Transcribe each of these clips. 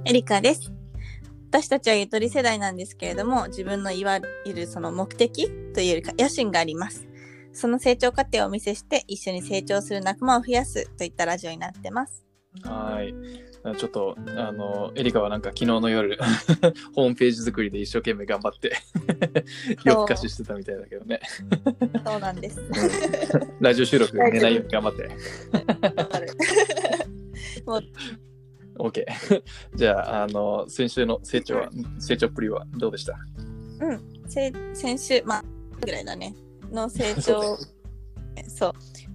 エリカです。私たちはゆとり世代なんですけれども、自分のいわゆるその目的というよりか野心があります。その成長過程をお見せして一緒に成長する仲間を増やすといったラジオになってます。 はい。ちょっとエリカはなんか昨日の夜ホームページ作りで一生懸命頑張って夜更かししてたみたいだけどね。 そうなんです。 ラジオ収録寝ないように頑張って。 もう OK じゃあ先週の成長っぷりはどうでした？ 先週ぐらいだねの成長そう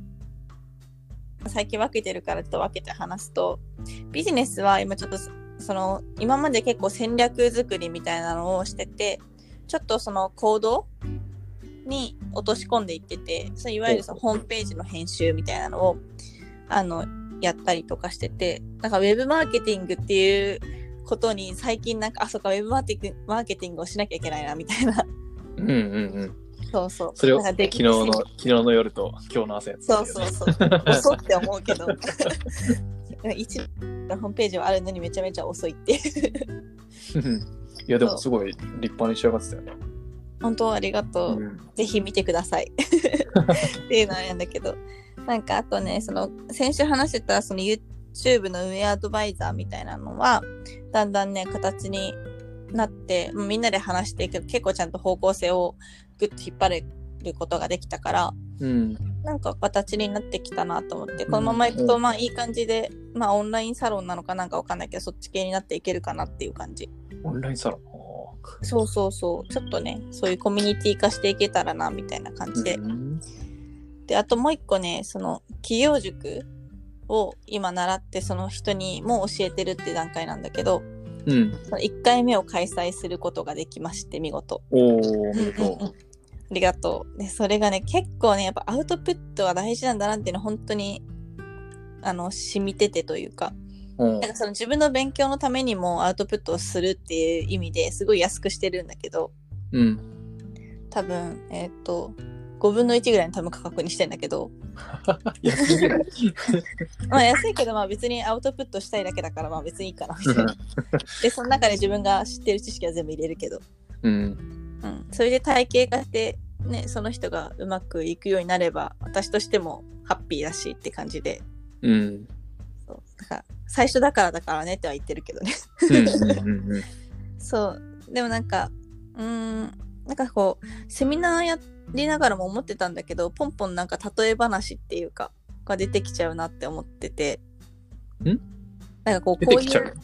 最近分けてるからちょっと分けて話すと、ビジネスは今ちょっと今まで結構戦略作りみたいなのをしてて、ちょっとその行動に落とし込んでいってて、いわゆるホームページの編集みたいなのをやったりとかしてて、なんかウェブマーケティングっていうことに最近なんかそうかウェブマーケティングをしなきゃいけないなみたいな。そうそう。 それを昨日の夜と今日の朝やってた、ね。 そう遅って思うけど一のホームページはあるのにめちゃめちゃ遅いっていういやでもすごい立派に仕上がってたよね。 本当ありがとう、ぜひ見てくださいっていうのはなんだけど、なんかあとね、先週話してたYouTube の運営アドバイザーみたいなのはだんだんね形になって、みんなで話していく結構ちゃんと方向性をグッと引っ張れることができたから、なんか形になってきたなと思って、このままいくといい感じで、オンラインサロンなのかなんかわかんないけどそっち系になっていけるかなっていう感じ。 オンラインサロン、 そうちょっとねそういうコミュニティ化していけたらなみたいな感じで、であともう一個ね、企業塾を今習ってその人にも教えてるって段階なんだけど、1回目を開催することができまして、見事。 おめでとう。 ありがとう。でそれがね結構ねやっぱアウトプットは大事なんだなっていうの本当に染みててというか、なんか自分の勉強のためにもアウトプットをするっていう意味ですごい安くしてるんだけど、多分5分の1ぐらいの多分価格にしてんだけど安いぐらい安いけど別にアウトプットしたいだけだから別にいいかなみたいなでその中で自分が知ってる知識は全部入れるけど、それで体系化してね、その人がうまくいくようになれば私としてもハッピーだしって感じで、そうだから最初だからねっては言ってるけどねそうでもなんかこうセミナーやりながらも思ってたんだけど、ポンポンなんか例え話っていうかが出てきちゃうなって思ってて、なんかこういう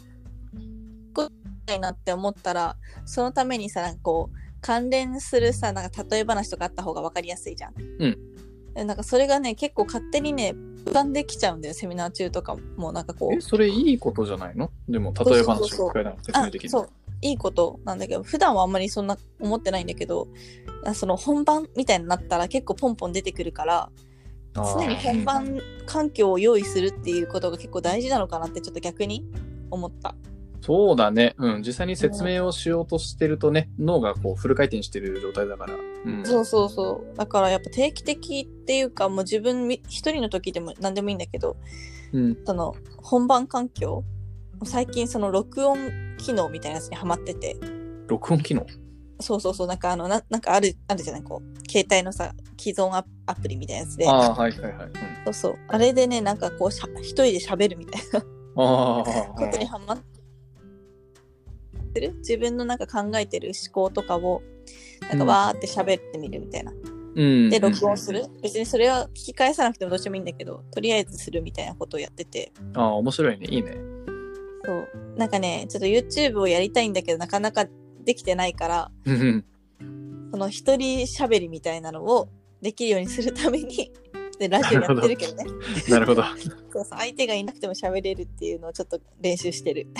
ことになって思ったら、そのためにさなんかこう関連するさなんか例え話とかあった方が分かりやすいじゃん。なんかそれがね結構勝手にね浮かんできちゃうんだよ、セミナー中とかも。なんかこうそれいいことじゃないの？でも例え話を聞かれながら説明できる。 そういいことなんだけど、普段はあんまりそんな思ってないんだけど、その本番みたいになったら結構ポンポン出てくるから、常に本番環境を用意するっていうことが結構大事なのかなってちょっと逆に思った。 そうだね、実際に説明をしようとしてるとね、脳がこうフル回転してる状態だから、 そうだからやっぱ定期的っていうか、もう自分一人の時でも何でもいいんだけど、その本番環境、最近その録音機能みたいなやつにハマってて。 録音機能？そうなんかなんかあるじゃない、こう携帯のさ既存アプリみたいなやつで、あれでねなんかこう一人で喋るみたいなことにハマってる。自分のなんか考えてる思考とかをなんかわーって喋ってみるみたいな、で録音する。別にそれは聞き返さなくてもどうしてもいいんだけど、とりあえずするみたいなことをやってて。 面白いね、いいね。 そうなんかねちょっと YouTube をやりたいんだけどなかなかできてないからその一人喋りみたいなのをできるようにするためにでラジオやってるけどねなるほどそう相手がいなくても喋れるっていうのをちょっと練習してる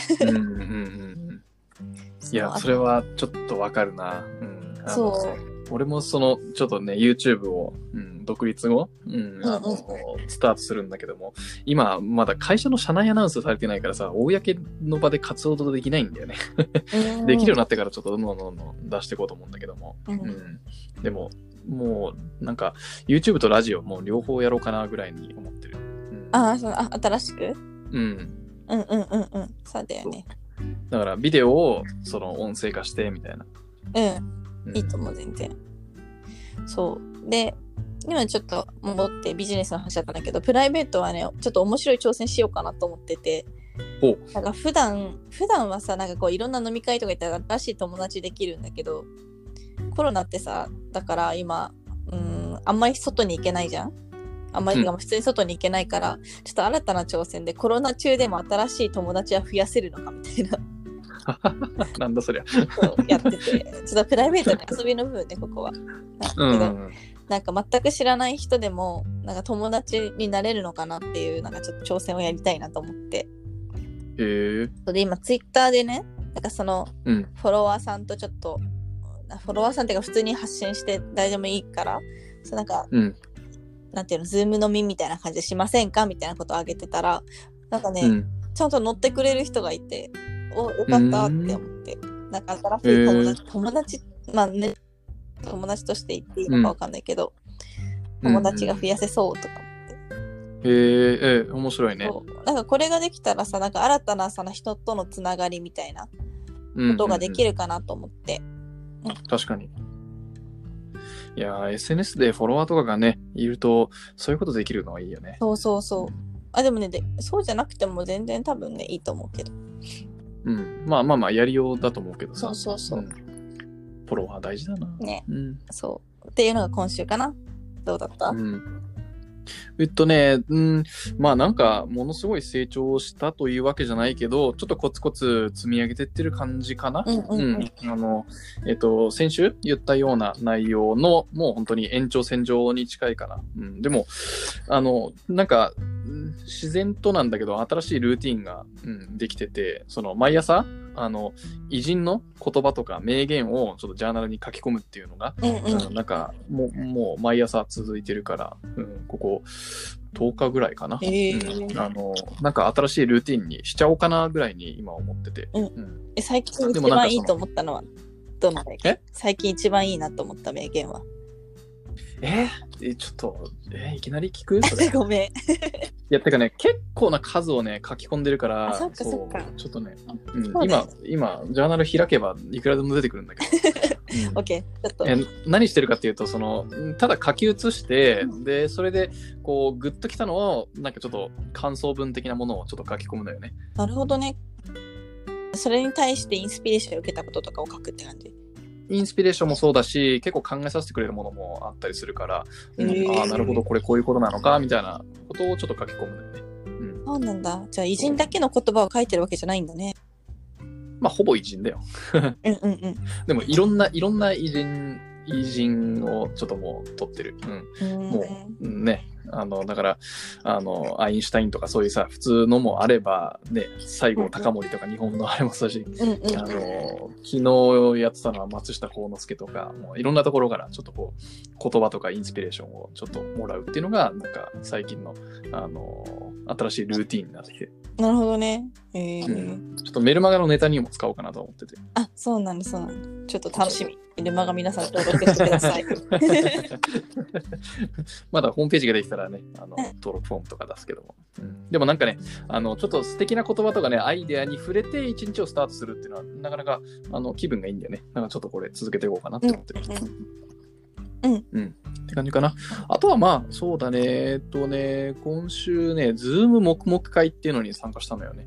いやそれはちょっとわかるな。俺もちょっとね YouTube を、独立後、スタートするんだけども、今まだ会社の社内アナウンスされてないからさ、公の場で活動できないんだよねできるようになってからちょっとどんどん出していこうと思うんだけども、でももうなんか YouTube とラジオもう両方やろうかなぐらいに思ってる。 新しくそうだよね。 だからビデオをその音声化してみたいな。 いいと思う、全然。そう。で、今ちょっと戻ってビジネスの話だったんだけど、プライベートはね、ちょっと面白い挑戦しようかなと思ってて、なんか普段はさ、なんかこういろんな飲み会とか行ったら新しい友達できるんだけど、コロナってさ、だから今、あんまり外に行けないじゃん。あんまり普通に外に行けないから、ちょっと新たな挑戦でコロナ中でも新しい友達は増やせるのかみたいな。 なんだそりゃ。 そうやってて、ちょっとプライベートの遊びの部分ね、ここは。なんか全く知らない人でもなんか友達になれるのかなっていう、なんかちょっと挑戦をやりたいなと思って。で今ツイッターでね、なんかそのフォロワーさんとちょっと、フォロワーさんっていうか普通に発信して誰でもいいから、そうなんか、なんていうの、ズーム飲みみたいな感じでしませんかみたいなことをあげてたら、なんかね、ちゃんと乗ってくれる人がいて、お、よかったって思って、なんか新しい友達、まあね、友達として言っていいのかわかんないけど、友達が増やせそうとか思って。 面白いね。 なんかこれができたらさ、なんか新たなさ、人とのつながりみたいなことができるかなと思って。 確かに。いや SNS でフォロワーとかがね、いると、そういうことできるのはいいよね。 そう。あ、でもね、そうじゃなくても全然多分ね、いいと思うけど。 まあ、やりようだと思うけどさ。 そう。フォロワー大事だな。 ね。そう。っていうのが今週かな。どうだった？ まあなんか、ものすごい成長したというわけじゃないけど、ちょっとコツコツ積み上げてってる感じかな。先週言ったような内容の、もう本当に延長線上に近いかな。でも、なんか、自然となんだけど、新しいルーティンが、できてて、その、毎朝、偉人の言葉とか名言をちょっとジャーナルに書き込むっていうのが、なんかもう毎朝続いてるから、ここ10日ぐらいかな、なんか新しいルーティンにしちゃおうかなぐらいに今思ってて、 最近一番いいと思ったのはどの名言？最近一番いいなと思った名言は？ ちょっと、いきなり聞く？それごめん。 いや、てかね、結構な数をね、書き込んでるから、 そっか。 ちょっとね、今、ジャーナル開けばいくらでも出てくるんだけど。 オッケー、ちょっと。 何してるかっていうと、ただ書き写して、で、それで、こう、グッときたのを、なんかちょっと感想文的なものをちょっと書き込むんだよね。 なるほどね。それに対してインスピレーションを受けたこととかを書くって感じ？ インスピレーションもそうだし、結構考えさせてくれるものもあったりするから、なるほど、こういうことなのか、みたいなことをちょっと書き込むんだよね。 そうなんだ。じゃあ、偉人だけの言葉を書いてるわけじゃないんだね。 まあ、ほぼ偉人だよ。でも、いろんな偉人をちょっともう取ってる。もう、ね。だから、アインシュタインとかそういうさ、普通のもあれば、ね、西郷隆盛とか日本のあれもそうだし、昨日やってたのは松下幸之助とか、もういろんなところからちょっとこう、言葉とかインスピレーションをちょっともらうっていうのが、なんか最近の、新しいルーティンになってきて。 なるほどね。 ちょっとメルマガのネタにも使おうかなと思ってて。 あ、そうなんだ。ちょっと楽しみ。メルマガ皆さん登録してください。 まだホームページができたらね、登録フォームとか出すけども。でもなんかね、ちょっと素敵な言葉とかね、アイデアに触れて一日をスタートするっていうのは、なかなか気分がいいんだよね。なんかちょっとこれ続けていこうかなって思ってる。って感じかな。あとはまあ、そうだね。今週ね、ズーム黙々会っていうのに参加したのよね。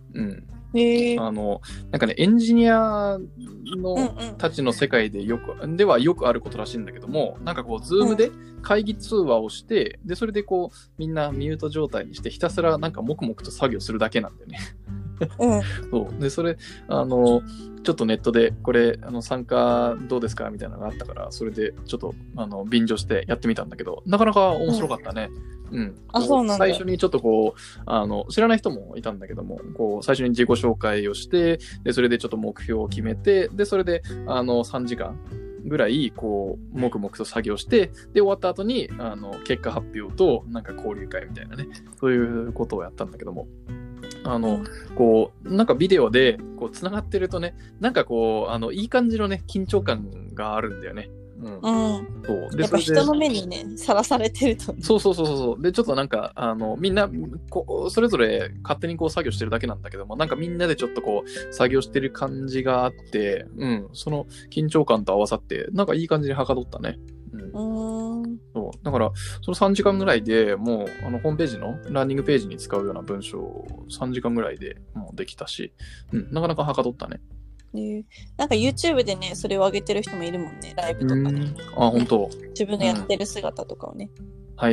なんかね、エンジニアのたちの世界でではよくあることらしいんだけども、なんかこう、ズームで会議通話をして、で、それでこう、みんなミュート状態にして、ひたすらなんか黙々と作業するだけなんだよね。そうで、それ、ちょっとネットで、これ、参加どうですかみたいなのがあったから、それで、ちょっと、便乗してやってみたんだけど、なかなか面白かったね。 そうなんだ。 最初にちょっとこう、知らない人もいたんだけども、こう、最初に自己紹介をして、で、それでちょっと目標を決めて、で、それで、3時間ぐらい、こう、黙々と作業して、で、終わった後に、結果発表と、なんか交流会みたいなね、そういうことをやったんだけども、こう、なんかビデオで、こう、繋がってるとね、なんかこう、いい感じのね、緊張感があるんだよね。 そうでやっぱ人の目にねさらされてると、ね、 そうでちょっとなんかみんなそれぞれ勝手にこう作業してるだけなんだけども、なんかみんなでちょっとこう作業してる感じがあって、その緊張感と合わさってなんかいい感じにはかどったね。そうだからその3時間ぐらいでもうホームページのランニングページに使うような文章を3時間ぐらいでもうできたし、なかなかはかどったね。 なんか YouTube でねそれを上げてる人もいるもんね、ライブとかで。 本当。 自分のやってる姿とかをね。 はい。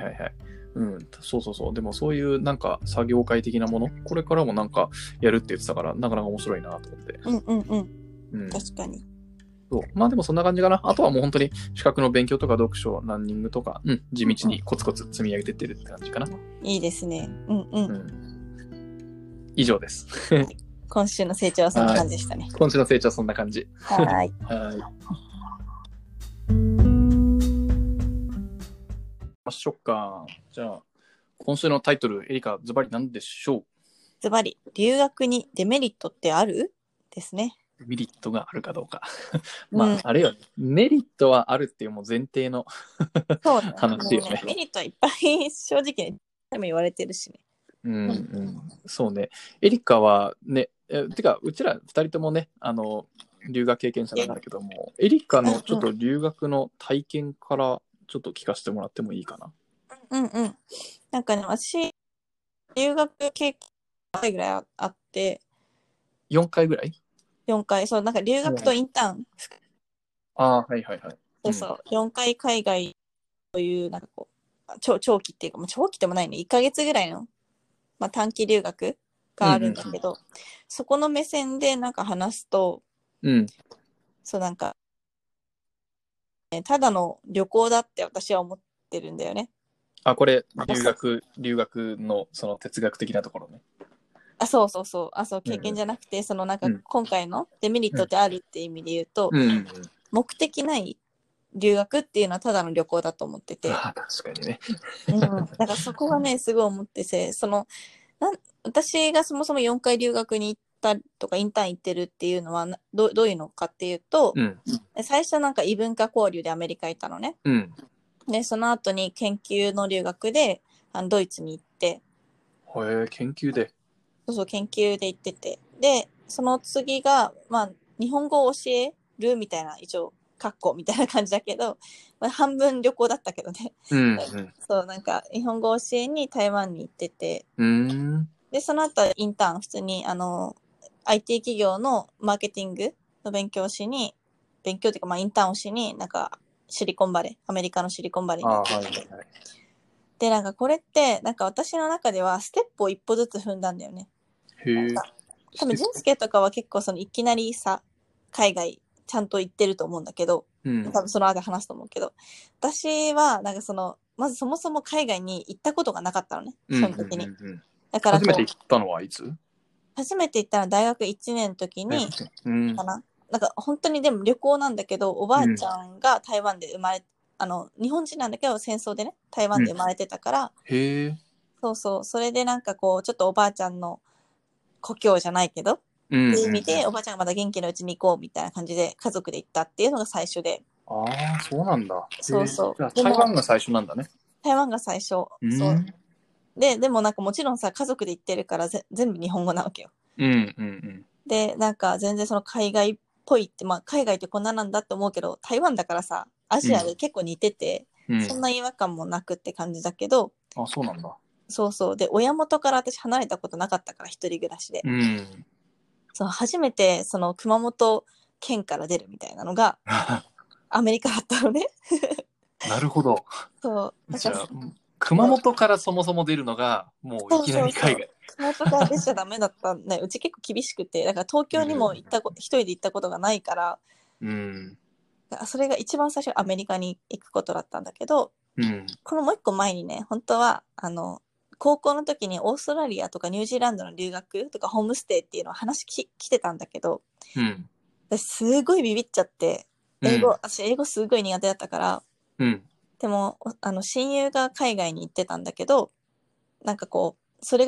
そう。でもそういうなんか作業会的なもの、これからもなんかやるって言ってたから、なかなか面白いなと思って。 確かに。 そう。まあでもそんな感じかな。あとはもう本当に資格の勉強とか読書、ランニングとか、地道にコツコツ積み上げてってるって感じかな。 いいですね。 以上です。 今週の成長はそんな感じでしたね。 今週の成長はそんな感じ。 はい。 ましょうか。じゃあ、今週のタイトル、エリカ、ズバリ何でしょう？ ズバリ、留学にデメリットってある？ですね。 デメリットがあるかどうか。まあ、あれよね。メリットはあるっていうもう前提の話よね。 メリットはいっぱい正直ね、でも言われてるしね。 そうね。エリカはね、てか、うちら2人ともね、留学経験者なんだけども、エリカのちょっと留学の体験からちょっと聞かせてもらってもいいかな。 なんかね、私、留学経験5回ぐらいあって。 4回ぐらい ?4 回。そう、なんか留学とインターン。 はい。 そう、4回海外という、なんかこう、長期っていうか、もう長期でもないね、1ヶ月ぐらいの、短期留学があるんだけど、そこの目線でなんか話すと、そうなんか、ただの旅行だって私は思ってるんだよね。 これ留学のその哲学的なところね。 そう経験じゃなくて、そのなんか今回のデメリットってあるって意味で言うと、目的ない留学っていうのはただの旅行だと思ってて。 確かにね。 だからそこがねすごい思ってて、私がそもそも4回留学に行ったとかインターン行ってるっていうのはどういうのかっていうと、最初なんか異文化交流でアメリカ行ったのね。でその後に研究の留学でドイツに行って。 研究で。 そう研究で行ってて、でその次が日本語を教えるみたいな、一応括弧みたいな感じだけど、半分旅行だったけどね。そうなんか日本語を教えに台湾に行ってて、でその後インターン普通にIT 企業のマーケティングの勉強っていうかインターンをしになんかアメリカのシリコンバレーに行ってて、でなんかこれってなんか私の中ではステップを一歩ずつ踏んだんだよね。多分ジンスケとかは結構いきなりさ海外ちゃんと行ってると思うんだけど、多分その後話すと思うけど、私はなんかまずそもそも海外に行ったことがなかったのね、その時に。だから初めて行ったのはいつ？ 初めて行ったのは大学1年の時にかな。なんか本当にでも旅行なんだけど、おばあちゃんが台湾で生まれ日本人なんだけど戦争でね台湾で生まれてたから、それでなんかこうちょっとおばあちゃんの故郷じゃないけど、っていう意味でおばあちゃんがまだ元気なうちに行こうみたいな感じで家族で行ったっていうのが最初で。 そうなんだ。 そう台湾が最初なんだね。 台湾が最初。そうでもなんかもちろんさ家族で行ってるから全部日本語なわけよ。でなんか全然その海外っぽいって、海外ってこんななんだって思うけど、台湾だからさアジアで結構似てて、そんな違和感もなくって感じだけど。 そうなんだ。 で親元から私離れたことなかったから一人暮らしで、初めてその熊本県から出るみたいなのがアメリカだったのね。 なるほど。じゃあ熊本からそもそも出るのがもういきなり海外。 熊本から出ちゃダメだったね。うち結構厳しくて、だから東京にも一人で行ったことがないから、それが一番最初アメリカに行くことだったんだけど、このもう一個前にね、本当は高校の時にオーストラリアとかニュージーランドの留学とかホームステイっていうのを話来てたんだけど、私すごいビビっちゃって、私英語すごい苦手だったから、でも親友が海外に行ってたんだけど、なんかこうそれが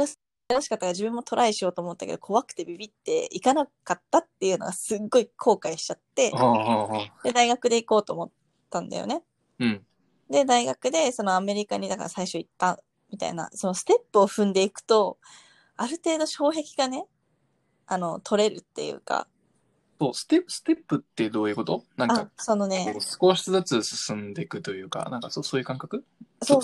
楽しかったから自分もトライしようと思ったけど、怖くてビビって行かなかったっていうのがすっごい後悔しちゃって、で、大学で行こうと思ったんだよね。 うん。 で、大学でそのアメリカにだから最初行ったみたいな、そのステップを踏んでいくと、ある程度障壁がね、取れるっていうか。 そう、ステップってどういうこと？なんか、 そのね、 少しずつ進んでいくというか、なんかそういう感覚？ そう。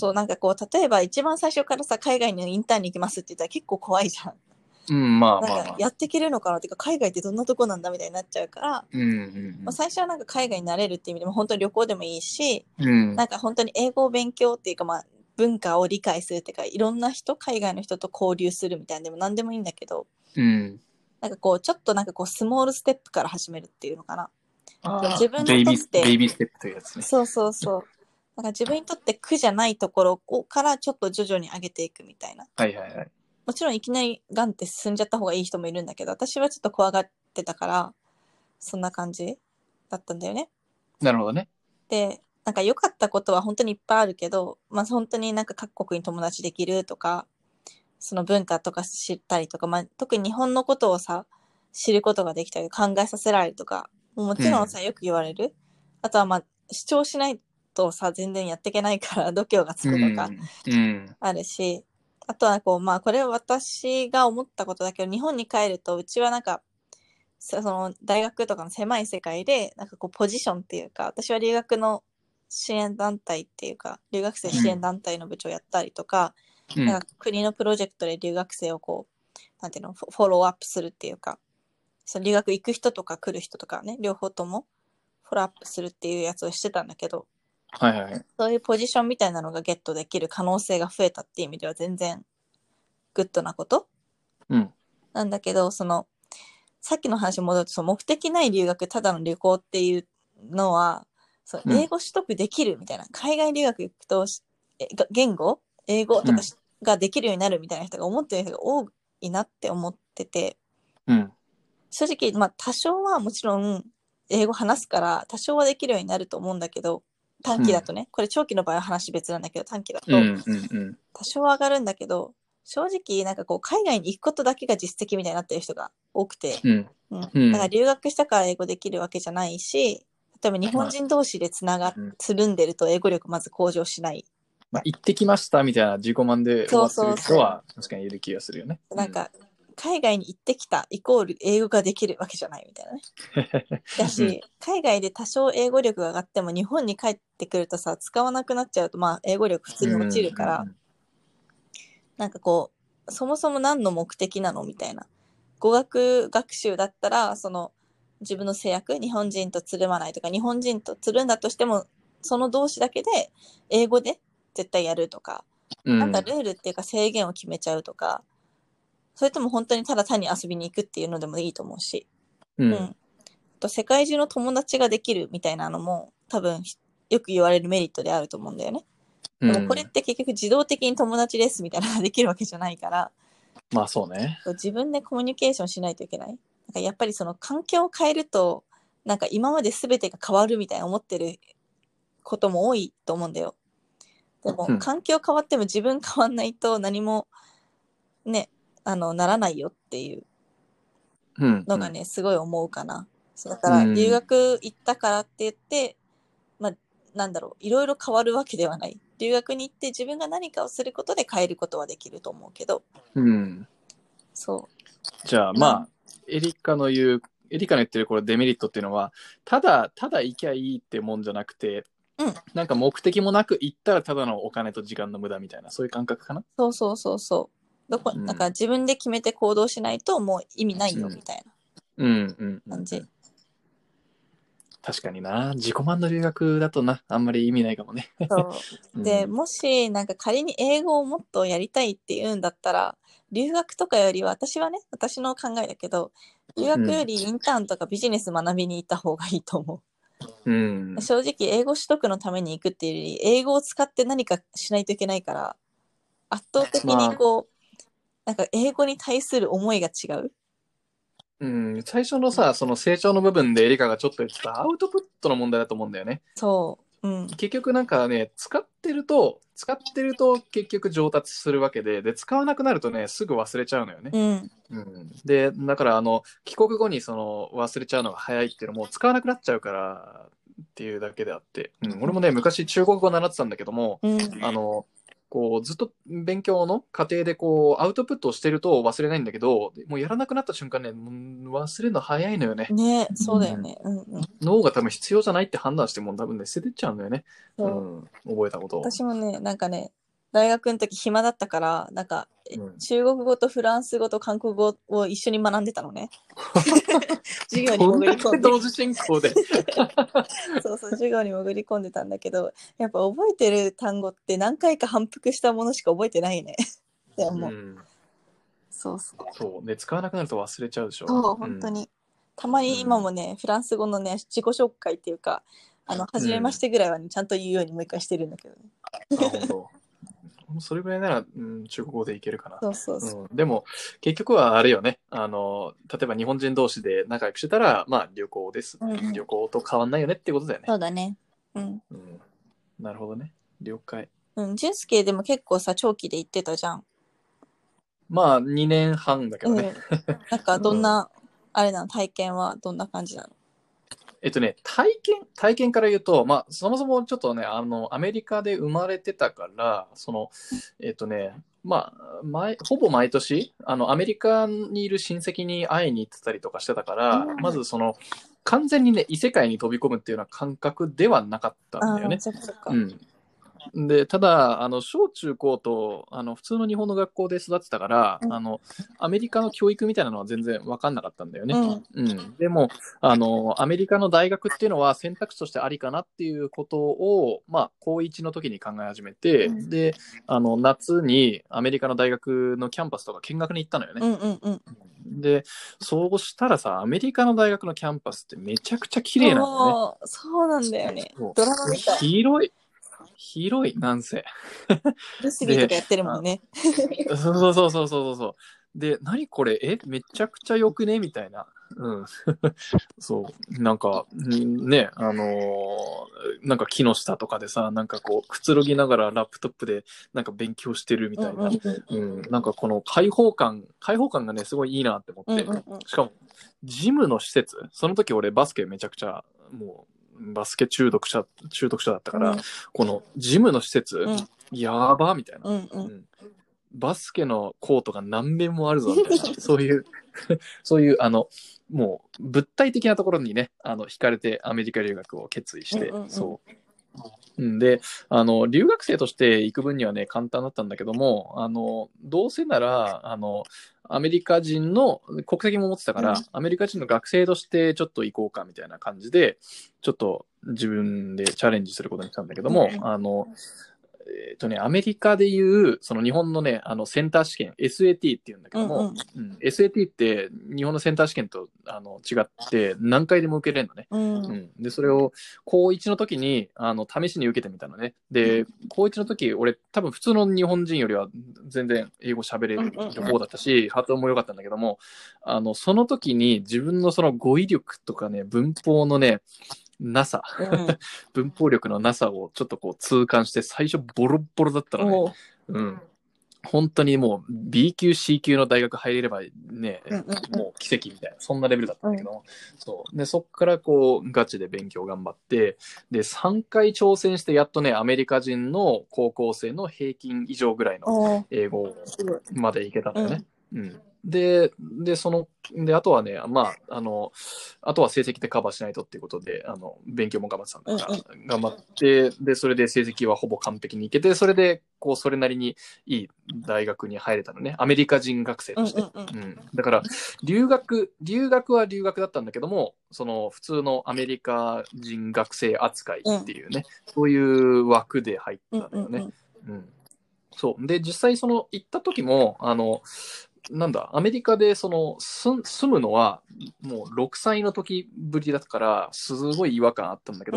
なんかこう、例えば一番最初からさ、海外のインターンに行きますって言ったら結構怖いじゃん。 うん、まあなんかやっていけるのかなっていうか、海外ってどんなとこなんだみたいになっちゃうから、まあ、最初はなんか海外に慣れるっていう意味でも本当に旅行でもいいし、なんか本当に英語を勉強っていうか、まあ文化を理解するっていうか、いろんな人、海外の人と交流するみたいなでも何でもいいんだけど、なんかこうちょっとなんかこうスモールステップから始めるっていうのかな。自分にとってベイビーステップというやつね。 そう。なんか自分にとって苦じゃないところからちょっと徐々に上げていくみたいな。 はいはいはい。 もちろんいきなりガンって進んじゃった方がいい人もいるんだけど、私はちょっと怖がってたから、そんな感じだったんだよね。 なるほどね。 で、なんか良かったことは本当にいっぱいあるけど、まあ本当になんか各国に友達できるとか、その文化とか知ったりとか、まあ特に日本のことをさ、知ることができたり考えさせられるとか、もちろんさ、よく言われる。あとはまあ主張しないとさ、全然やっていけないから度胸がつくとか、あるし、あとはこう、まあこれは私が思ったことだけど、日本に帰るとうちはなんか、その大学とかの狭い世界でなんかこうポジションっていうか、私は留学の支援団体っていうか留学生支援団体の部長やったりとか、なんか国のプロジェクトで留学生をこうなんていうのフォローアップするっていうか、その留学行く人とか来る人とかね、両方ともフォローアップするっていうやつをしてたんだけど、そういうポジションみたいなのがゲットできる可能性が増えたっていう意味では全然グッドなこと、なんだけど、そのさっきの話に戻ると、その目的ない留学、ただの旅行っていうのは、その英語取得できるみたいな、海外留学行くと、言語英語とかができるようになるみたいな人が思ってる人が多いなって思ってて、正直、まあ多少はもちろん英語話すから多少はできるようになると思うんだけど、短期だとね、これ長期の場合は話別なんだけど、短期だと多少は上がるんだけど、正直なんかこう海外に行くことだけが実績みたいになってる人が多くて、だから留学したから英語できるわけじゃないし、例えば日本人同士でつるんでると英語力まず向上しない。 まあ、行ってきましたみたいな自己満で終わってる人は確かにいる気がするよね。 なんか海外に行ってきたイコール英語ができるわけじゃないみたいなね。だし、海外で多少英語力が上がっても日本に帰ってくるとさ、使わなくなっちゃうと、まあ英語力普通に落ちるから、なんかこう、そもそも何の目的なのみたいな。語学学習だったら、その自分の制約、日本人とつるまないとか、日本人とつるんだとしても、その同士だけで英語で絶対やるとか、なんかルールっていうか制限を決めちゃうとか、それとも本当にただ単に遊びに行くっていうのでもいいと思うし、と世界中の友達ができるみたいなのも多分よく言われるメリットであると思うんだよね。でもこれって結局自動的に友達ですみたいなのができるわけじゃないから、 まあそうね。 自分でコミュニケーションしないといけない。なんかやっぱりその環境を変えると、なんか今まで全てが変わるみたいな思ってることも多いと思うんだよ。でも環境変わっても自分変わんないと何もね、ならないよっていうのがね、すごい思うかな。だから留学行ったからって言って、まあなんだろう、いろいろ変わるわけではない。留学に行って自分が何かをすることで変えることはできると思うけど。そう。 じゃあまあ、エリカの言ってるこれデメリットっていうのは、ただ行きゃいいってもんじゃなくて、なんか目的もなく行ったらただのお金と時間の無駄みたいな、そういう感覚かな。 そう。なんか自分で決めて行動しないともう意味ないよみたいな感じ。 確かにな。自己満の留学だとな、あんまり意味ないかもね。 そう。で、もしなんか仮に英語をもっとやりたいって言うんだったら、留学とかよりは、私の考えだけど、留学よりインターンとかビジネス学びに行った方がいいと思う。正直英語取得のために行くっていうより、英語を使って何かしないといけないから、圧倒的にこう、なんか英語に対する思いが違う。 最初のさ、その成長の部分でエリカがちょっと言ってたアウトプットの問題だと思うんだよね。 そう。 結局なんかね、使ってると結局上達するわけで、使わなくなるとね、すぐ忘れちゃうのよね。で、だから帰国後にその忘れちゃうのが早いっていうのも使わなくなっちゃうからっていうだけであって、俺もね、昔中国語習ってたんだけども、こうずっと勉強の過程でこうアウトプットをしてると忘れないんだけど、もうやらなくなった瞬間ね、忘れるの早いのよね。 ね、そうだよね。 脳が多分必要じゃないって判断しても多分ね、捨ててっちゃうんだよね。覚えたことを。 私もね、なんかね、大学の時暇だったから、なんか、中国語とフランス語と韓国語を一緒に学んでたのね。授業に潜り込んで。 同時進行で。 そうそう、授業に潜り込んでたんだけど、やっぱ覚えてる単語って何回か反復したものしか覚えてないね。でも、そうそう。 そう。で、使わなくなると忘れちゃうでしょ。 そう、本当に。たまに今もね、フランス語のね、自己紹介っていうか、初めましてぐらいはね、ちゃんと言うようにもう一回してるんだけどね。 本当。それぐらいなら、中国語でいけるかな。 そうでも、結局はあれよね。例えば日本人同士で仲良くしてたら、まあ旅行です。旅行と変わんないよねってことだよね。 そうだね。 なるほどね。了解。 俊介でも結構さ、長期で行ってたじゃん。 まあ、2年半だけどね。 なんか、どんな、あれなの、体験はどんな感じなの？ 体験から言うと、まあ、そもそもちょっとね、アメリカで生まれてたから、まあ、ほぼ毎年、アメリカにいる親戚に会いに行ってたりとかしてたから、まず完全にね、異世界に飛び込むっていうような感覚ではなかったんだよね。で、ただ、小中高と、普通の日本の学校で育ってたから、アメリカの教育みたいなのは全然分かんなかったんだよね。でも、アメリカの大学っていうのは選択肢としてありかなっていうことを、まあ、高1の時に考え始めて、で、夏にアメリカの大学のキャンパスとか見学に行ったのよね。で、そうしたらさ、アメリカの大学のキャンパスってめちゃくちゃ綺麗なんだよね。 そうなんだよね。ドラマみたい。 広い、なんせ。 ルスビーとかやってるもんね。 そう。で、何これめちゃくちゃよくねみたいな。そう。なんか、ね、なんか木の下とかでさ、なんかこう、くつろぎながらラップトップでなんか勉強してるみたいな。なんかこの開放感がね、すごいいいなって思って。しかも、ジムの施設、その時俺バスケめちゃくちゃ、もう、バスケ中毒者だったから、このジムの施設、やばみたいな、バスケのコートが何面もあるぞみたいなそういうもう物体的なところにね惹かれてアメリカ留学を決意して、で留学生として行く分にはね簡単だったんだけどもどうせならアメリカ人の国籍も持ってたから、アメリカ人の学生としてちょっと行こうかみたいな感じでちょっと自分でチャレンジすることにしたんだけども、アメリカでいう、その日本のね、センター試験、SAT って言うんだけども、SAT って日本のセンター試験と違って何回でも受けれるのね。で、それを高1の時に試しに受けてみたのね。で、高1の時、俺多分普通の日本人よりは全然英語喋れる方だったし、発音も良かったんだけども、その時に自分のその語彙力とかね、文法のね、なさ、文法力のなさをちょっとこう痛感して最初ボロッボロだったのね。本当にもう B 級 C 級の大学入れればね、もう奇跡みたいなそんなレベルだったんだけど、でそっからこうガチで勉強頑張ってで3回挑戦してやっとねアメリカ人の高校生の平均以上ぐらいの英語までいけたんだよね。で、あとはね、まあ、あとは成績でカバーしないとっていうことで、勉強も頑張ってたんだから、頑張って、で、それで成績はほぼ完璧にいけて、それで、こう、それなりにいい大学に入れたのね。アメリカ人学生として。だから、留学は留学だったんだけども、その、普通のアメリカ人学生扱いっていうね、そういう枠で入ったんだよね。そう。で、実際行った時も、アメリカで住むのはもう6歳の時ぶりだったからすごい違和感あったんだけども、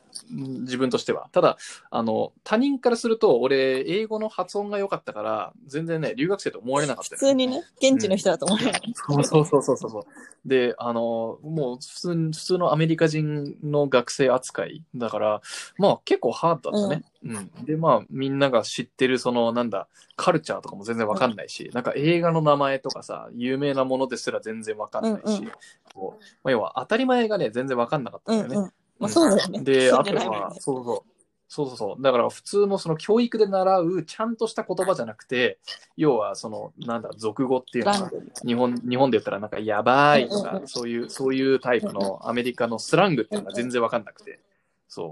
自分としては。ただ、他人からすると、俺、英語の発音が良かったから、全然ね、留学生と思われなかったよね。 普通にね、現地の人だと思われない。 そう。で、もう普通のアメリカ人の学生扱いだから、まあ結構ハードだったね。で、まあみんなが知ってるカルチャーとかも全然わかんないし、なんか映画の名前とかさ、有名なものですら全然わかんないし、まあ、要は当たり前がね、全然わかんなかったんだよね。 まあそうだよね。 で、あとは、そう。だから普通のその教育で習うちゃんとした言葉じゃなくて、要は俗語っていうのが、日本で言ったらなんかやばいとか、そういうタイプのアメリカのスラングっていうのが全然わかんなくて、そう。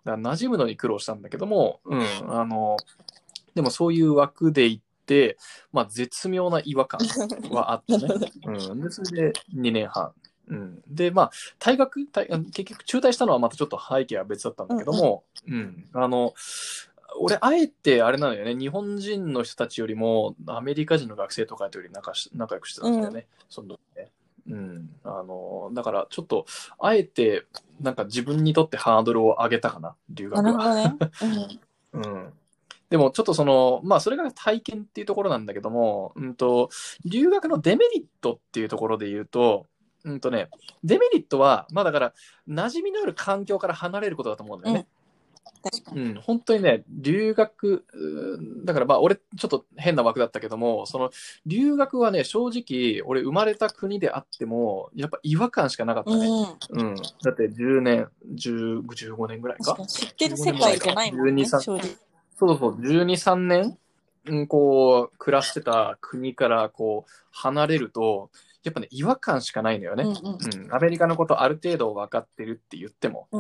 だから馴染むのに苦労したんだけども、でもそういう枠で行って、まあ絶妙な違和感はあったね。で、それで2年半。で、まあ、結局中退したのはまたちょっと背景は別だったんだけども、俺、あえてあれなのよね、日本人の人たちよりも、アメリカ人の学生とかより仲良くしてたんだよね、その時ね。だからちょっと、あえて、なんか自分にとってハードルを上げたかな、留学は。 なるほどね。 でもちょっとまあそれが体験っていうところなんだけども、留学のデメリットっていうところで言うと、デメリットは、まあだから、馴染みのある環境から離れることだと思うんだよね。本当にね、留学、だからまあ俺ちょっと変な枠だったけども、その留学はね、正直俺生まれた国であっても、やっぱ違和感しかなかったね。だって10年、15年ぐらいか。 知ってる世界じゃないもんね、正直。 そう、12、3年、こう、暮らしてた国からこう、離れると、やっぱね、違和感しかないのよね。アメリカのことある程度分かってるって言っても。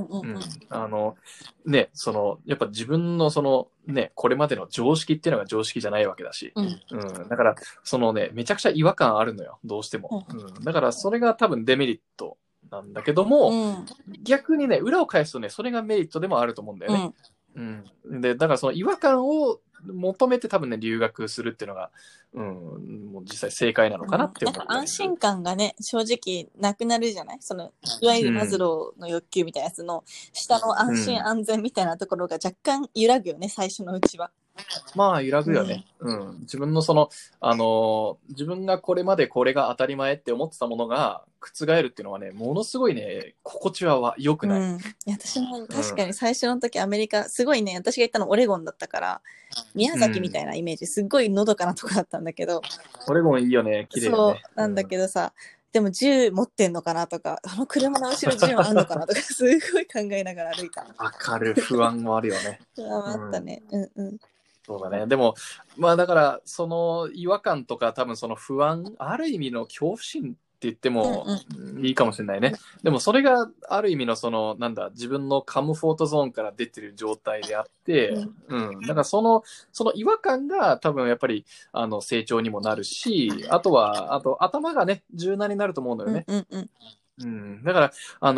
やっぱ自分のこれまでの常識っていうのが常識じゃないわけだし。だから、めちゃくちゃ違和感あるのよ、どうしても。だから、それが多分デメリットなんだけども、逆にね、裏を返すとね、それがメリットでもあると思うんだよね。で、だからその違和感を求めて多分ね、留学するっていうのが、もう実際正解なのかなって思って、 なんか安心感がね、正直なくなるじゃない？いわゆるマズローの欲求みたいなやつの下の安心安全みたいなところが若干揺らぐよね、最初のうちは。 まあ、揺らぐよね。自分の自分がこれまでこれが当たり前って思ってたものが覆るっていうのはね、ものすごいね、心地は良くない。 いや、私も確かに最初の時アメリカ、すごいね、私が行ったのオレゴンだったから、宮崎みたいなイメージ、すっごいのどかなとこだったんだけど。 オレゴンいいよね、綺麗よね。 そう、なんだけどさ、でも銃持ってんのかなとか、車の後ろ銃あんのかなとか、すごい考えながら歩いた。 わかる、不安もあるよね。 不安もあったね。 そうだね。でも、まあだから、その違和感とか多分その不安、ある意味の恐怖心って言ってもいいかもしれないね。でもそれがある意味の自分のカムフォートゾーンから出てる状態であって、だからその違和感が多分やっぱり成長にもなるし、あと頭がね、柔軟になると思うんだよね。だから、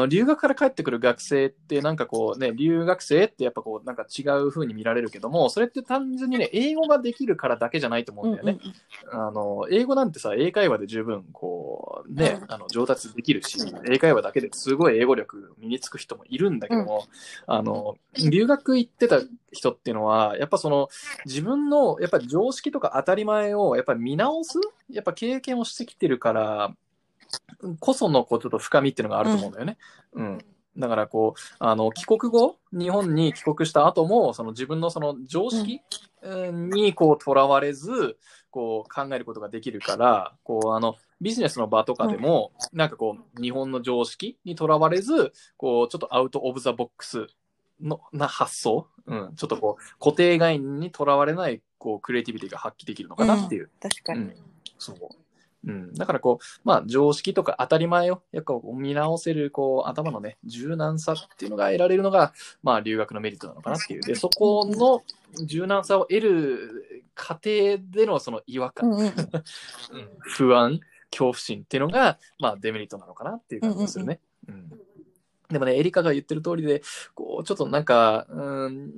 留学から帰ってくる学生って、なんかこうね、留学生ってやっぱこう、なんか違う風に見られるけども、それって単純にね、英語ができるからだけじゃないと思うんだよね。英語なんてさ、英会話で十分、こう、ね、上達できるし、英会話だけですごい英語力身につく人もいるんだけども、留学行ってた人っていうのは、やっぱ自分の、やっぱり常識とか当たり前を、やっぱり見直す、やっぱ経験をしてきてるから、こそのちょっと深みっていうのがあると思うんだよね。だから帰国後、日本に帰国した後も、自分の常識にとらわれず、考えることができるから、ビジネスの場とかでも、なんか日本の常識にとらわれず、ちょっとアウトオブザボックスな発想、ちょっと固定概念にとらわれない、クリエイティビティが発揮できるのかなっていう。 確かに。 そう。だからまあ常識とか当たり前をやっぱ見直せる頭のね柔軟さっていうのが得られるのがまあ留学のメリットなのかなっていう。でそこの柔軟さを得る過程でのその違和感、不安、恐怖心っていうのがまあデメリットなのかなっていう感じがするね。でもね、エリカが言ってる通りで、ちょっとなんか、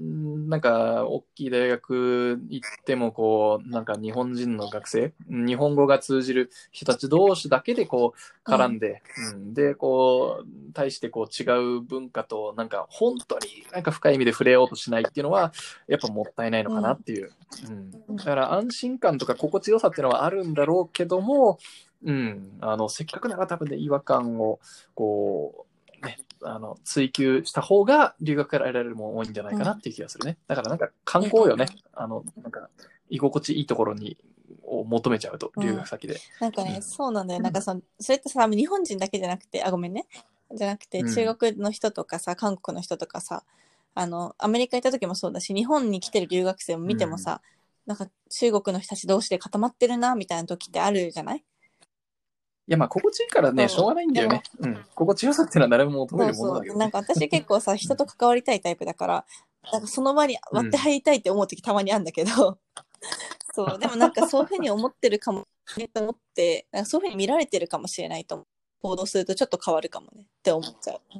なんか、大きい大学行っても、こう、なんか日本人の学生、日本語が通じる人たち同士だけでこう、絡んで、で、こう、対してこう、違う文化と、なんか、本当になんか深い意味で触れようとしないっていうのは、やっぱもったいないのかなっていう。だから安心感とか心地よさっていうのはあるんだろうけども、せっかくなら多分ね、違和感を、こう、ね、追求した方が留学から得られるもの多いんじゃないかなっていう気がするね。だからなんか観光よね。なんか居心地いいところを求めちゃうと、留学先で。 なんかね、そうなんだよ。なんかそれってさ、日本人だけじゃなくて、ごめんね。じゃなくて、中国の人とかさ、韓国の人とかさ、アメリカ行った時もそうだし、日本に来てる留学生を見てもさ、なんか中国の人たち同士で固まってるな、みたいな時ってあるじゃない？ いや、まあ、心地いいからね、しょうがないんだよね。心地よさっていうのは誰も求めるものだけど、ね。 なんか私結構さ、人と関わりたいタイプだから、なんかその場に割って入りたいって思う時たまにあるんだけど、そう、でもなんかそういうふうに思ってるかもねと思って、なんかそういうふうに見られてるかもしれないと行動するとちょっと変わるかもねって思っちゃう。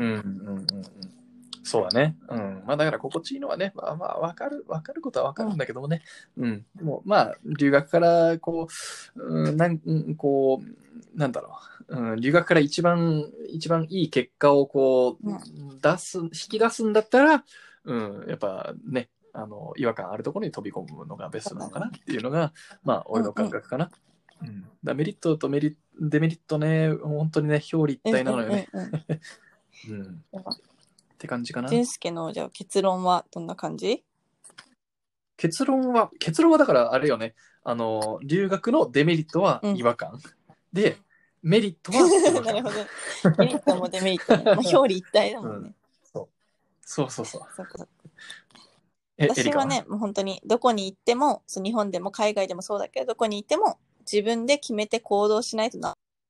そうだね。まあだから心地いいのはね、まあわかることはわかるんだけどもね。でもまあ留学からこう、なんだろう。留学から一番いい結果をこう、引き出すんだったら、やっぱね、違和感あるところに飛び込むのがベストなのかなっていうのが、まあ俺の感覚かな。だメリットとデメリットね、本当にね、表裏一体なのよね。って感じかな。 俊介のじゃあ結論はどんな感じ？ 結論はだからあれよね。留学のデメリットは違和感。で、メリットは違和感。 なるほど。メリットもデメリットね。まあ、表裏一体だもんね。 そう。 私はね、もう本当にどこに行っても、日本でも海外でもそうだけど、どこに行っても自分で決めて行動しないとな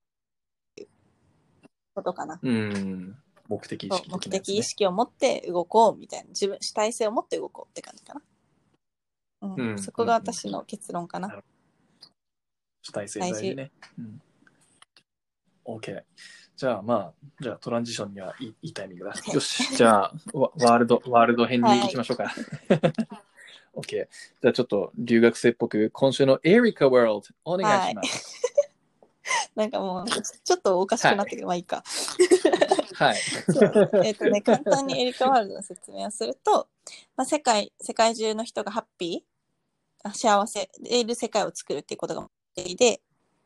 ことかな。 目的意識、 目的意識を持って動こうみたいな、自分主体性を持って動こうって感じかな。そこが私の結論かな。 主体性大事ね。OK。じゃあトランジションにはいいタイミングだ。よし、じゃあワールド編に行きましょうか。OK。じゃあちょっと留学生っぽく今週のエリカワールドお願いします。 なんかもうちょっとおかしくなったけど、まあいいか。 はい。 簡単にエリカワールドの説明をすると、世界中の人がハッピー、幸せでいる世界を作るっていうことが目的で、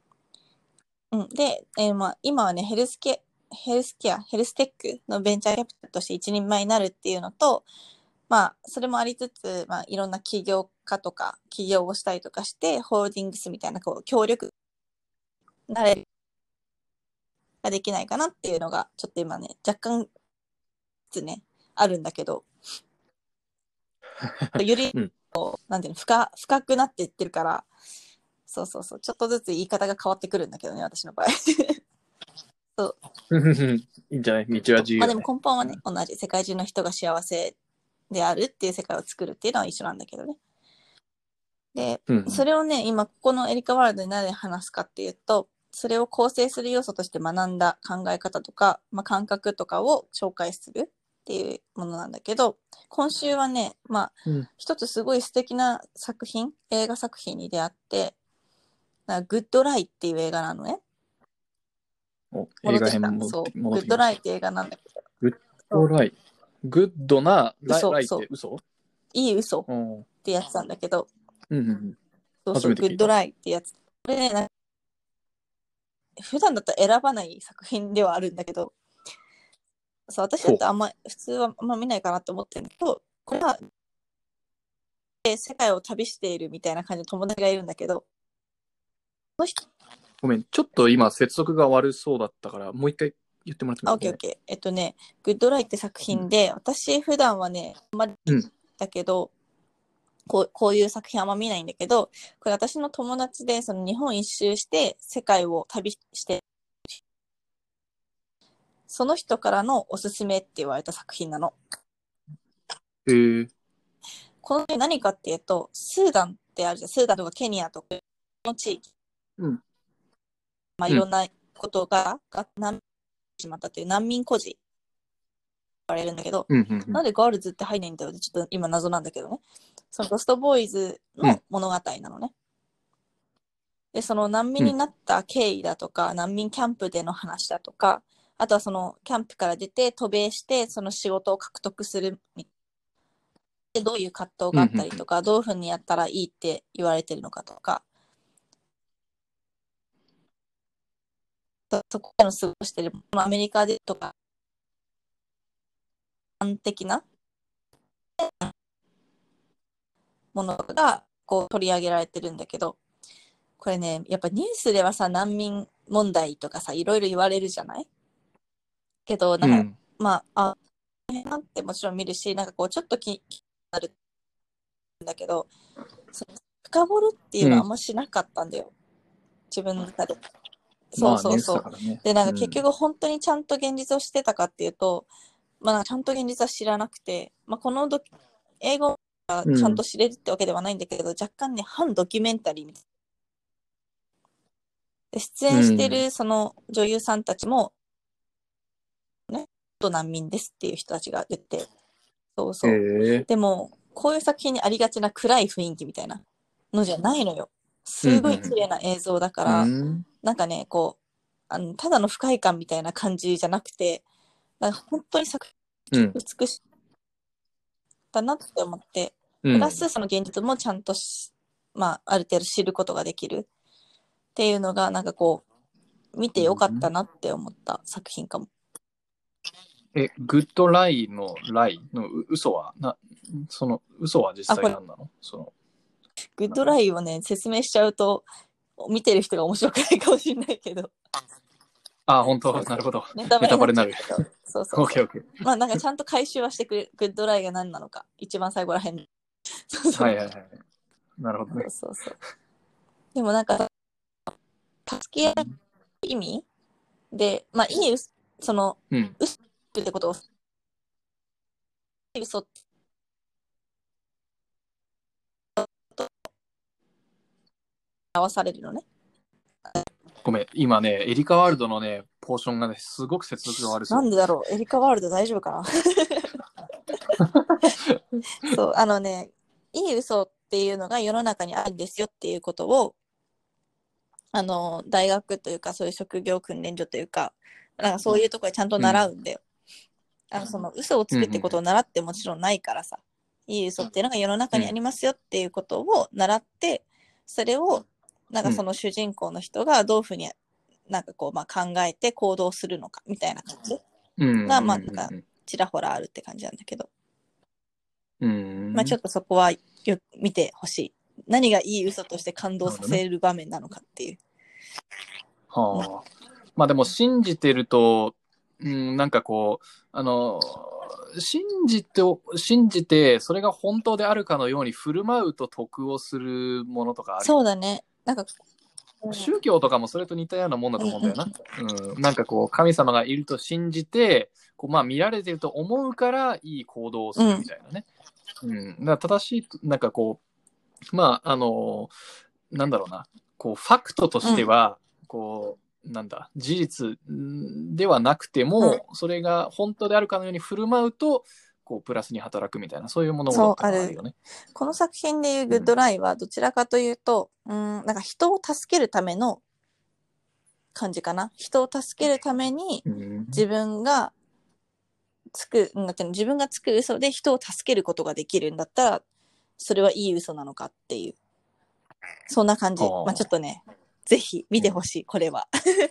で、今はね、ヘルステックのベンチャーキャピタルとして一人前になるっていうのと、それもありつつ、いろんな起業家とか起業をしたりとかして、ホールディングスみたいな協力なれるができないかなっていうのが、ちょっと今ね、若干ね、あるんだけど、より、なんていうの、深くなっていってるから、そう、ちょっとずつ言い方が変わってくるんだけどね、私の場合。そう。 いいんじゃない？道は自由、ね。 でも根本はね、同じ。世界中の人が幸せであるっていう世界を作るっていうのは一緒なんだけどね。で、それをね、今ここのエリカワールドで何で話すかっていうと、それを構成する要素として学んだ考え方とか、感覚とかを紹介するっていうものなんだけど、今週はね、一つすごい素敵な映画作品に出会って、グッドライっていう映画なのね。 映画編もそう、グッドライって映画なんだけど。 グッドライ。グッドなライって嘘？ いい嘘ってやつなんだけど、 そう、 グッドライってやつ。これね、普段だったら選ばない作品ではあるんだけど、そう、私だと普通はあんま見ないかなと思ってるんだけど、これは世界を旅しているみたいな感じの友達がいるんだけど、 ごめん、ちょっと今接続が悪そうだったからもう一回言ってもらってもいい？ オッケー。グッドライって作品で、私普段はね、あんまりだけど、こういう作品あんま見ないんだけど、これ私の友達でその日本一周して世界を旅して、その人からのおすすめって言われた作品なの。この何かっていうと、スーダンってあるじゃん。スーダンとかケニアとかの地域。いろんなことが難民しまったという難民孤児われるんだけど、 うんうんうん、 なんでガールズって入んないんだよってちょっと今謎なんだけどね。そのロストボーイズの物語なのね。で、その難民になった経緯だとか、難民キャンプでの話だとか、あとはそのキャンプから出て渡米してその仕事を獲得するでどういう葛藤があったりとか、どういうふうにやったらいいって言われてるのかとか、そこでの過ごしてるアメリカでとか般的なものがこう取り上げられてるんだけど、これね、やっぱニュースではさ、難民問題とかさ、いろいろ言われるじゃないけど、なんか、まあ、なんてもちろん見るし、なんかこう、ちょっと気になるんだけど、深掘るっていうのはあんましなかったんだよ。自分の中で。そうそうそう。で、なんか結局本当にちゃんと現実をしてたかっていうと、まあなんかちゃんと現実は知らなくて、まあこの英語がちゃんと知れるってわけではないんだけど、若干ね、反ドキュメンタリーみたいな。で出演してるその女優さんたちも、ね、難民ですっていう人たちが出て、そうそう。でも、こういう作品にありがちな暗い雰囲気みたいなのじゃないのよ。すごい綺麗な映像だから、なんかね、こう、ただの不快感みたいな感じじゃなくて、なんか本当に作品美しいだなって思って、プラスその現実もちゃんとまあ、ある程度知ることができるっていうのが、なんかこう、見てよかったなって思った作品かも。 グッドライのライの嘘はその嘘は実際何なの？そのグッドライをね、説明しちゃうと、見てる人が面白くないかもしれないけど。 あ、本当、なるほど。 ネタバレになる。そうそう。 オッケーオッケー。 まあなんかちゃんと回収はしてくれる。グッドライが何なのか。一番最後らへん。 はいはいはい。なるほどね。 そうそうそう。でもなんか、助け合う意味で、まあいいその、嘘ってことを、嘘って表されるのね。 ごめん、今ね、エリカワールドのね、ポーションがね、すごく接続が悪そう。 なんでだろう、エリカワールド大丈夫かなそう、いい嘘っていうのが世の中にあるんですよっていうことを、大学というか、そういう職業訓練所というか、なんかそういうところでちゃんと習うんだよ。その嘘をつくってことを習ってもちろんないからさ、いい嘘っていうのが世の中にありますよっていうことを習って、それを、なんかその主人公の人がどういうふうになんかこう、まあ、考えて行動するのかみたいな感じが、まあ、なんかちらほらあるって感じなんだけど、まあ、ちょっとそこは見てほしい。何がいい嘘として感動させる場面なのかっていう。 はあ。まあでも信じてると、なんかこう、信じて、それが本当であるかのように振る舞うと得をするものとかある。 そうだね。なんか、 宗教とかもそれと似たようなもんだと思うんだよな。なんかこう、神様がいると信じて、こうまあ見られてると思うからいい行動をするみたいなね。だから正しい、なんかこう、まあ、なんだろうな、こう、ファクトとしては、こう、なんだ、事実ではなくても、それが本当であるかのように振る舞うと、こう、プラスに働くみたいな、そういうものがあるよね。 この作品でいうグッドライは、どちらかというと、なんか人を助けるための感じかな。人を助けるために、自分がつく嘘で人を助けることができるんだったら、それはいい嘘なのかっていう。そんな感じ。まあちょっとね、ぜひ見てほしい、これは。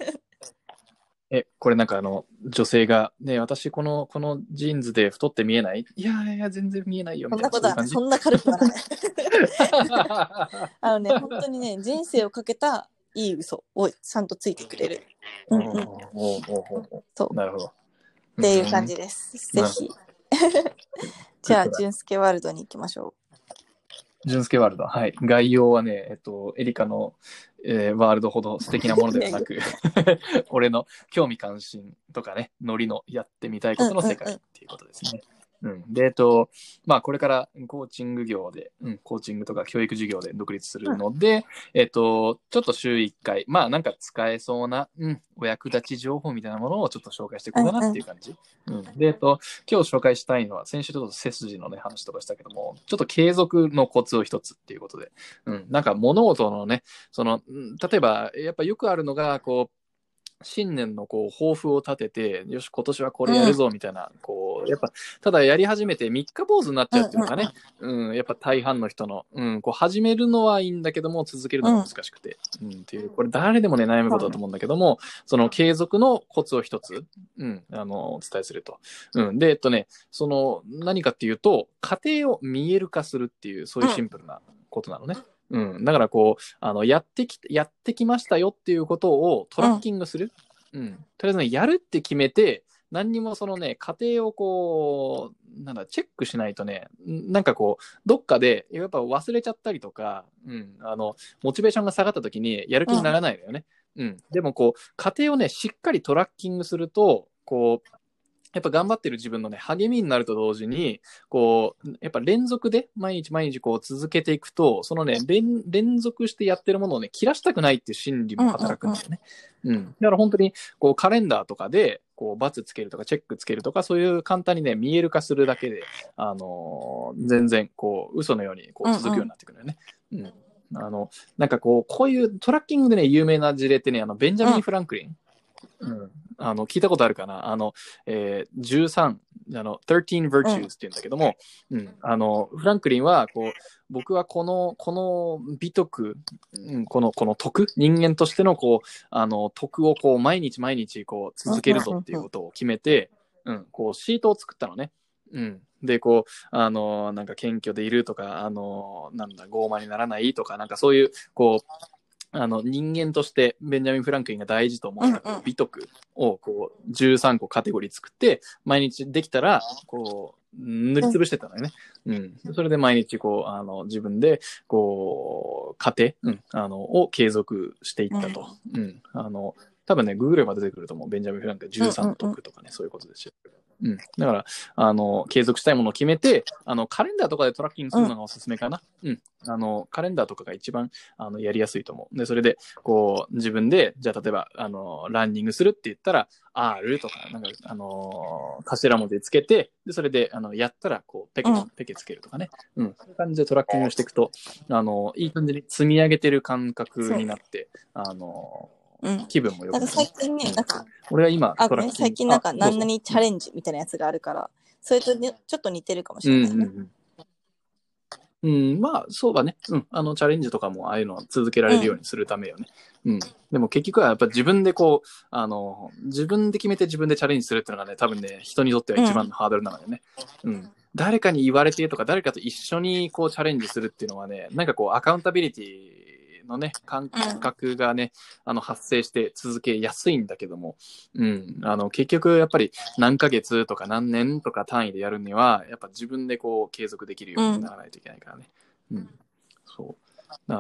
これなんか女性が、ね、私このジーンズで太って見えない？いやいや、全然見えないよみたいな。 そんなことはない。そんな軽くはない。本当にね、人生をかけたいい嘘をちゃんとついてくれる。 そう。なるほど。 っていう感じです。ぜひ。じゃあ、ジュンスケワールドに行きましょう。 ジュンスケワールド。はい。概要はね、エリカの、ワールドほど素敵なものではなく、俺の興味関心とかね、ノリのやってみたいことの世界っていうことですね。 で、これからコーチング業で、コーチングとか教育授業で独立するので、ちょっと週1回、なんか使えそうな、お役立ち情報みたいなものをちょっと紹介していこうかなっていう感じ。で、今日紹介したいのは、先週ちょっと背筋のね、話とかしたけども、ちょっと継続のコツを一つっていうことで、なんか物事のね、例えば、やっぱよくあるのが、新年の抱負を立てて、よし、今年はこれやるぞみたいな、やっぱ、ただやり始めて三日坊主になっちゃうっていうのがね、やっぱ大半の人の、始めるのはいいんだけども、続けるのが難しくて、っていう、これ誰でもね、悩むことだと思うんだけども、その継続のコツを一つ、お伝えすると。で、何かっていうと、過程を見える化するっていう、そういうシンプルなことなのね。だからやってきましたよっていうことをトラッキングする。とりあえずね、やるって決めて、何にもそのね、過程をチェックしないとね、なんかどっかで、やっぱ忘れちゃったりとか、モチベーションが下がった時にやる気にならないのよね。でも過程をね、しっかりトラッキングすると、やっぱ頑張ってる自分のね、励みになると同時に、やっぱ連続で毎日毎日続けていくと、そのね、連続してやってるものをね、切らしたくないっていう心理も働くんだよね。だから本当に、カレンダーとかで、バツつけるとか、チェックつけるとか、そういう簡単にね、見える化するだけで、全然、嘘のように、続くようになってくるよね。なんかこういうトラッキングでね、有名な事例ってね、ベンジャミン・フランクリン。聞いたことあるかな13、13 virtues って言うんだけども、フランクリンは、僕はこの美徳、この徳、人間としての、徳を毎日毎日、続けるぞっていうことを決めて、シートを作ったのね。で、なんか謙虚でいるとか、傲慢にならないとか、なんかそういう、人間としてベンジャミン・フランクリンが大事と思った美徳を13個カテゴリー作って毎日できたら塗りつぶしてたのよね。それで毎日自分で過程、を継続していったと。多分ね、ググれば出てくると思う。ベンジャミン・フランク13の徳とかね、そういうことですよ。だから、継続したいものを決めて、カレンダーとかでトラッキングするのがおすすめかな。カレンダーとかが一番、やりやすいと思う。で、それで、自分で、じゃあ、例えば、ランニングするって言ったら、R とか、なんか、頭文字つけて、で、それで、やったら、ペケつけるとかね。そういう感じでトラッキングしていくと、いい感じに積み上げてる感覚になって、気分も良くなる。 最近ね、 俺は今、 最近なんか何々チャレンジみたいなやつがあるから、それとちょっと似てるかもしれないね。 そうだね。チャレンジとかもああいうのを続けられるようにするためよね。でも結局はやっぱ自分で自分で決めて自分でチャレンジするっていうのがね、多分ね、人にとっては一番のハードルなのよね。誰かに言われてとか、誰かと一緒にチャレンジするっていうのはね、なんかアカウンタビリティのね、感覚がね、発生して続けやすいんだけども、結局やっぱり何ヶ月とか何年とか単位でやるには、やっぱ自分で継続できるようにならないといけないからね。そう。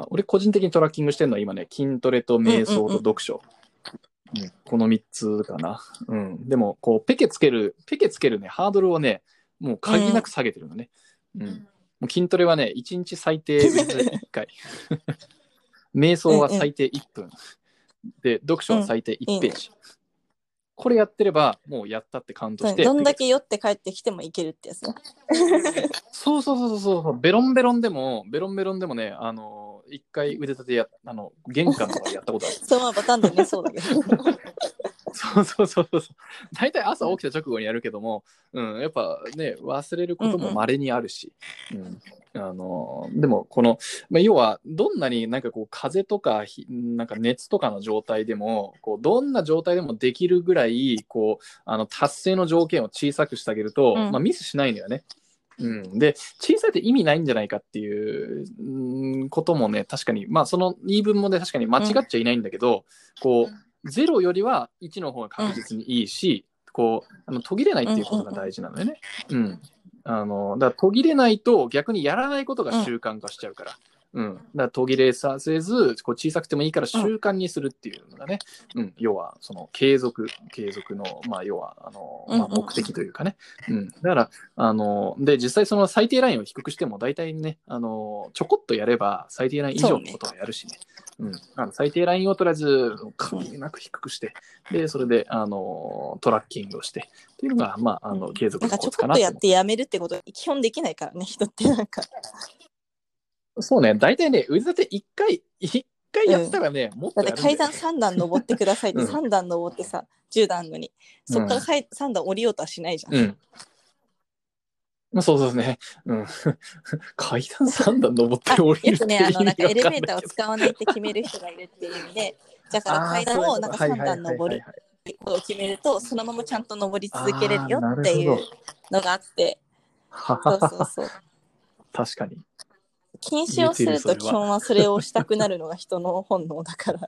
俺個人的にトラッキングしてるのは今ね、筋トレと瞑想と読書。この3つかな。でも、ペケつけるね、ハードルをね、もう限りなく下げてるのね。もう筋トレはね、1日最低1回。瞑想は最低1分。で、読書は最低1ページ。これやってれば、もうやったってカウントして。 どんだけ酔って帰ってきてもいけるってやつね。 そう。ベロンベロンでもね、一回腕立て玄関とかやったことある。 そのままパターンでね、そうだけど。 そう。大体朝起きた直後にやるけども、やっぱね、忘れることも稀にあるし。でも要はどんなになんか風邪とかなんか熱とかの状態でもどんな状態でもできるぐらい達成の条件を小さくしてあげると、ミスしないんだよね。で小さいって意味ないんじゃないかっていうこともね、確かにその言い分もね、確かに間違っちゃいないんだけど、0よりは1の方が確実にいいし、途切れないっていうことが大事なのよね。だから途切れないと逆にやらないことが習慣化しちゃうから。 うん。だから途切れさせず、こう小さくてもいいから習慣にするっていうのがね、うん、要は、その継続の、まあ、要は、まあ、目的というかね。うん。だから、で、実際その最低ラインを低くしても、大体ね、ちょこっとやれば、最低ライン以上のことはやるしね。うん。最低ラインをとりあえず、限りなく低くして、で、それで、トラッキングをして、っていうのが、まあ、継続のコツかなと。 なんかちょこっとやってやめるってこと、基本できないからね、人ってなんか。 そうね、大体ね、腕立て1回やってたらね、もっとやるんだよね。 だって階段3段登ってくださいって、3段登ってさ、10段のに、そっから3段降りようとはしないじゃん。 そうですね。うん。階段3段登って降りるってね、なんかエレベーターを使わないって決める人がいるっていう意味で、だから階段をなんか3段登ることを決めると、そのままちゃんと登り続けれるよっていうのがあって、そう。 確かに。 禁止をすると基本はそれをしたくなるのが人の本能だから。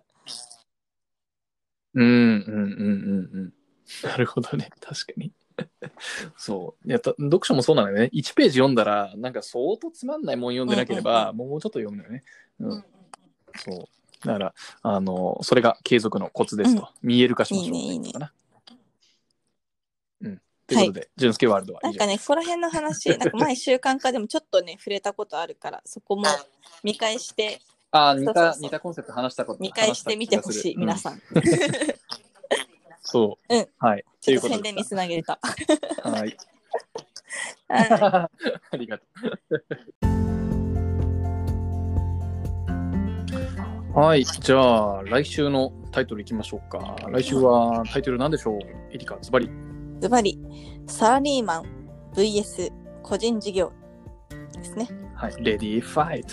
なるほどね、確かに。そう。読書もそうなのよね。1ページ読んだら、なんか相当つまんないもん読んでなければ、もうちょっと読むのよね。そう。だから、それが継続のコツですと。見える化しましょう。いいね。ということで、純介ワールドはなんかね、ここら辺の話、なんか前習慣化でもちょっとね、触れたことあるから、そこも見返して、 似たコンセプト話したこと見返してみてほしい、皆さん。 そう。はい。 ちょっと宣伝につなげた。 はい。ありがとう。はい。じゃあ、来週のタイトルいきましょうか。来週はタイトル何でしょう？エリカ、ズバリ。 サラリーマン VS 個人事業ですね。 はい。レディーファイト。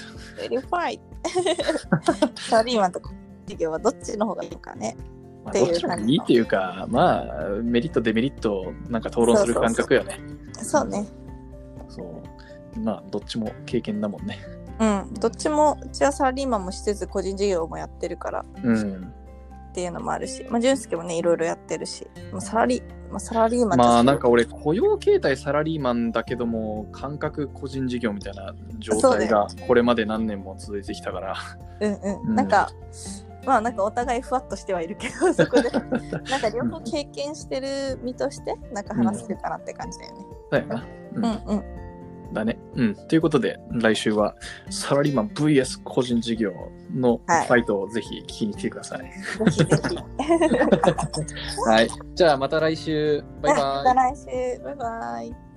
サラリーマンと個人事業はどっちの方がいいのかね。 どっちもいいっていうか、まあ、メリット、デメリット、なんか討論する感覚よね。 そうね。 そう。まあ、どっちも経験だもんね。 どっちも、うちはサラリーマンもしつつ個人事業もやってるから。っていうのもあるし、まあ、俊介もね、いろいろやってるし、サラリーマンまあ、なんか俺、雇用形態サラリーマンだけども、感覚個人事業みたいな状態がこれまで何年も続いてきたから。 なんか、まあなんかお互いふわっとしてはいるけど、そこでなんか両方経験してる身としてなんか話せるかなって感じだよね。 だよな。だね。ということで来週はサラリーマン VS 個人事業のファイトをぜひ聞きに来てください。はい。じゃあまた来週。バイバイ。 また来週。バイバイ。